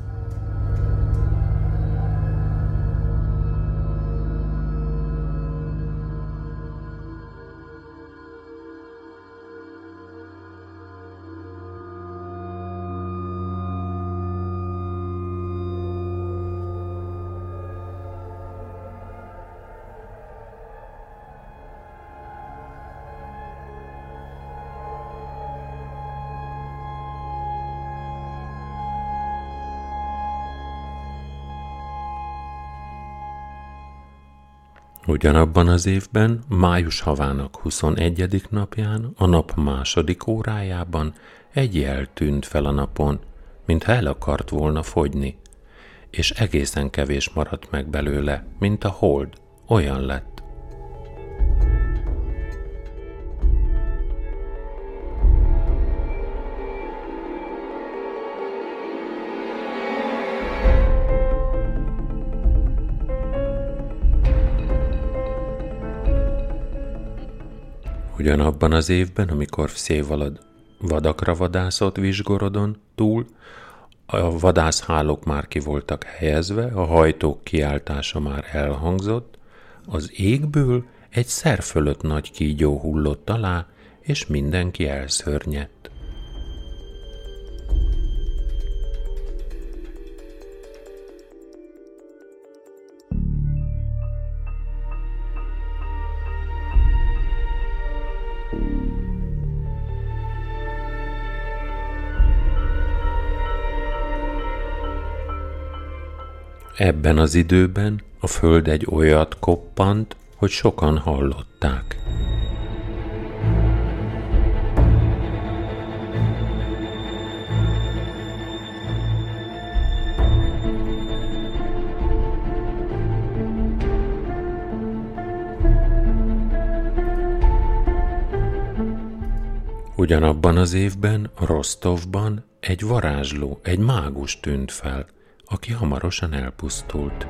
Ugyanabban az évben, május havának 21. napján, a nap második órájában egy jel tűnt fel a napon, mintha el akart volna fogyni, és egészen kevés maradt meg belőle, mint a hold, olyan lett. Ugyanabban az évben, amikor Vszévalad vadakra vadászott Visgorodon túl, a vadászhálók már ki voltak helyezve, a hajtók kiáltása már elhangzott, az égből egy szer fölött nagy kígyó hullott alá, és mindenki elszörnyedt. Ebben az időben a föld egy olyat koppant, hogy sokan hallották. Ugyanabban az évben Rostovban egy varázsló, egy mágus tűnt fel, aki hamarosan elpusztult.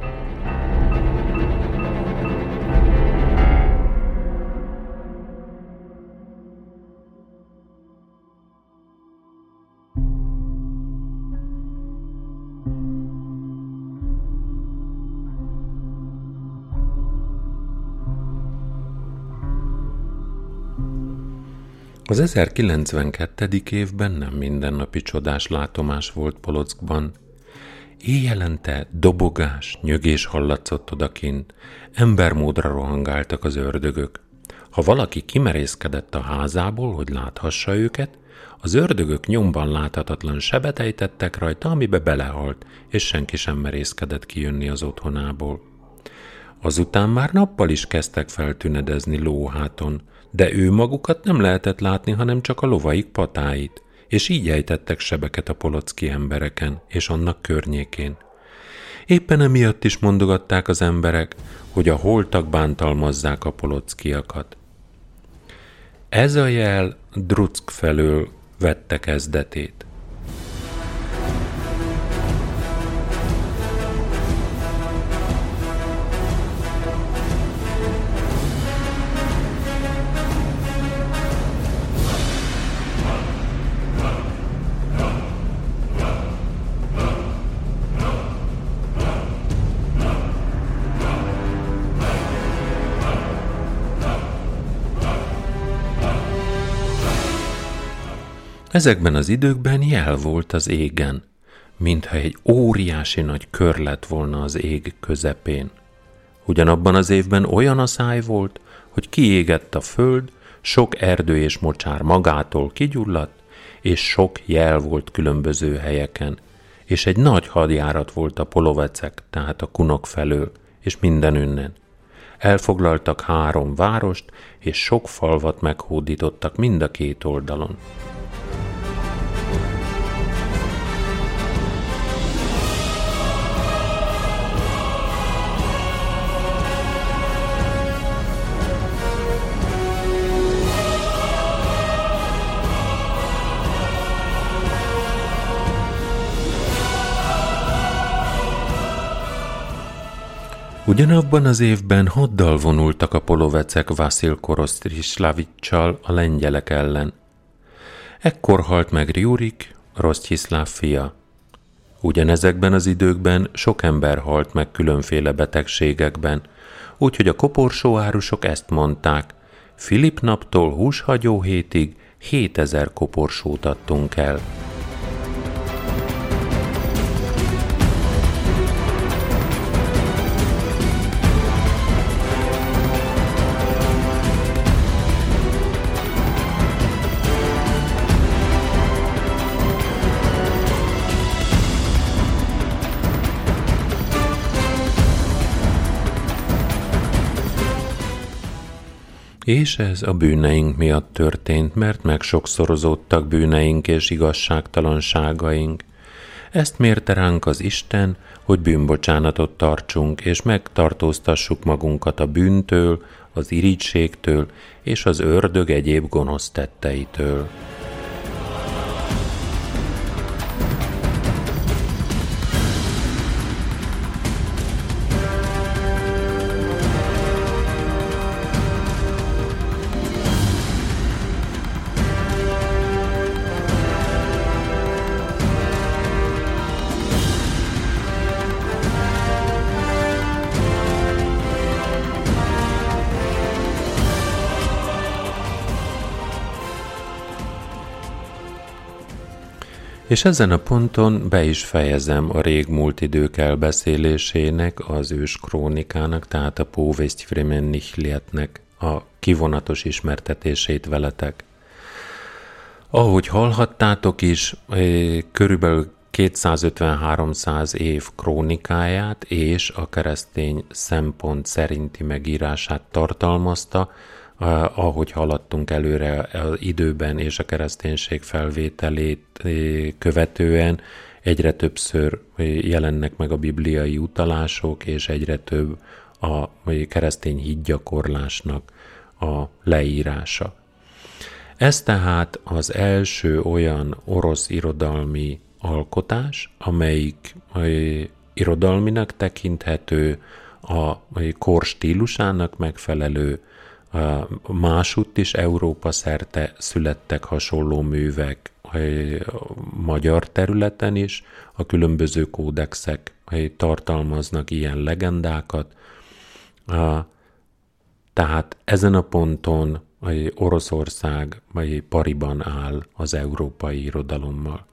Az 1092. évben nem mindennapi csodás látomás volt Polockban. Éjjelente dobogás, nyögés hallatszott odakint, embermódra rohangáltak az ördögök. Ha valaki kimerészkedett a házából, hogy láthassa őket, az ördögök nyomban láthatatlan sebet ejtettek rajta, amibe belehalt, és senki sem merészkedett kijönni az otthonából. Azután már nappal is kezdtek feltünedezni lóháton, de ő magukat nem lehetett látni, hanem csak a lovaik patáit, és így ejtettek sebeket a polocki embereken és annak környékén. Éppen emiatt is mondogatták az emberek, hogy a holtak bántalmazzák a polockiakat. Ez a jel Druck felől vette kezdetét. Ezekben az időkben jel volt az égen, mintha egy óriási nagy kör lett volna az ég közepén. Ugyanabban az évben olyan asszály volt, hogy kiégett a föld, sok erdő és mocsár magától kigyulladt, és sok jel volt különböző helyeken, és egy nagy hadjárat volt a polovecek, tehát a kunok felől, és mindenünnen. Elfoglaltak 3 várost, és sok falvat meghódítottak mind a 2 oldalon. Ugyanabban az évben haddal vonultak a polovecek Vasil Korostislaviccsal a lengyelek ellen. Ekkor halt meg Rjurik, Rosztyiszláv fia. Ugyanezekben az időkben sok ember halt meg különféle betegségekben, úgyhogy a koporsóárusok ezt mondták: Filip naptól húshagyó hétig 7000 koporsót adtunk el. És ez a bűneink miatt történt, mert megsokszorozódtak bűneink és igazságtalanságaink. Ezt mérte ránk az Isten, hogy bűnbocsánatot tartsunk, és megtartóztassuk magunkat a bűntől, az irigységtől és az ördög egyéb gonosz tetteitől. És ezen a ponton be is fejezem a régmúlt idők elbeszélésének, az ős krónikának, tehát a Povestfrimennichlietnek a kivonatos ismertetését veletek. Ahogy hallhattátok is, körülbelül 250-300 év krónikáját és a keresztény szempont szerinti megírását tartalmazta, ahogy haladtunk előre az időben és a kereszténység felvételét követően, egyre többször jelennek meg a bibliai utalások, és egyre több a keresztény hitgyakorlásnak a leírása. Ez tehát az első olyan orosz irodalmi alkotás, amelyik irodalminak tekinthető, a kor stílusának megfelelő, másutt is Európa szerte születtek hasonló művek, magyar területen is, a különböző kódexek tartalmaznak ilyen legendákat, tehát ezen a ponton Oroszország pariban áll az európai irodalommal.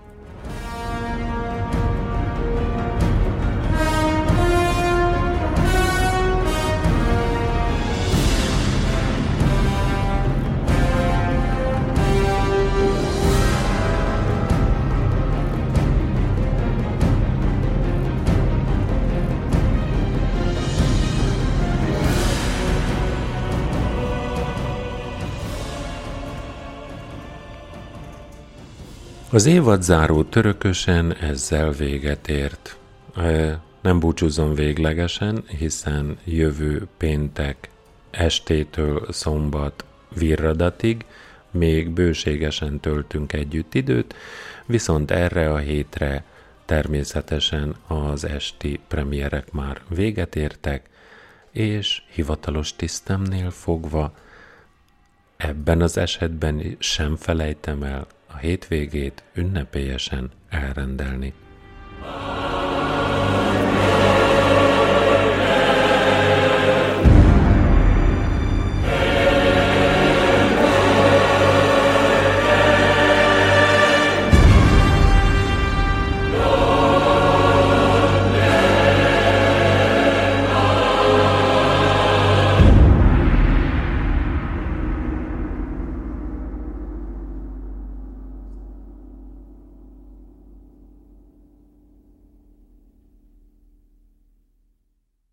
Az évadzáró Törökösen ezzel véget ért. Nem búcsúzom véglegesen, hiszen jövő péntek estétől szombat virradatig még bőségesen töltünk együtt időt, viszont erre a hétre természetesen az esti premierek már véget értek, és hivatalos tisztemnél fogva ebben az esetben sem felejtem el a hétvégét ünnepélyesen elrendelni.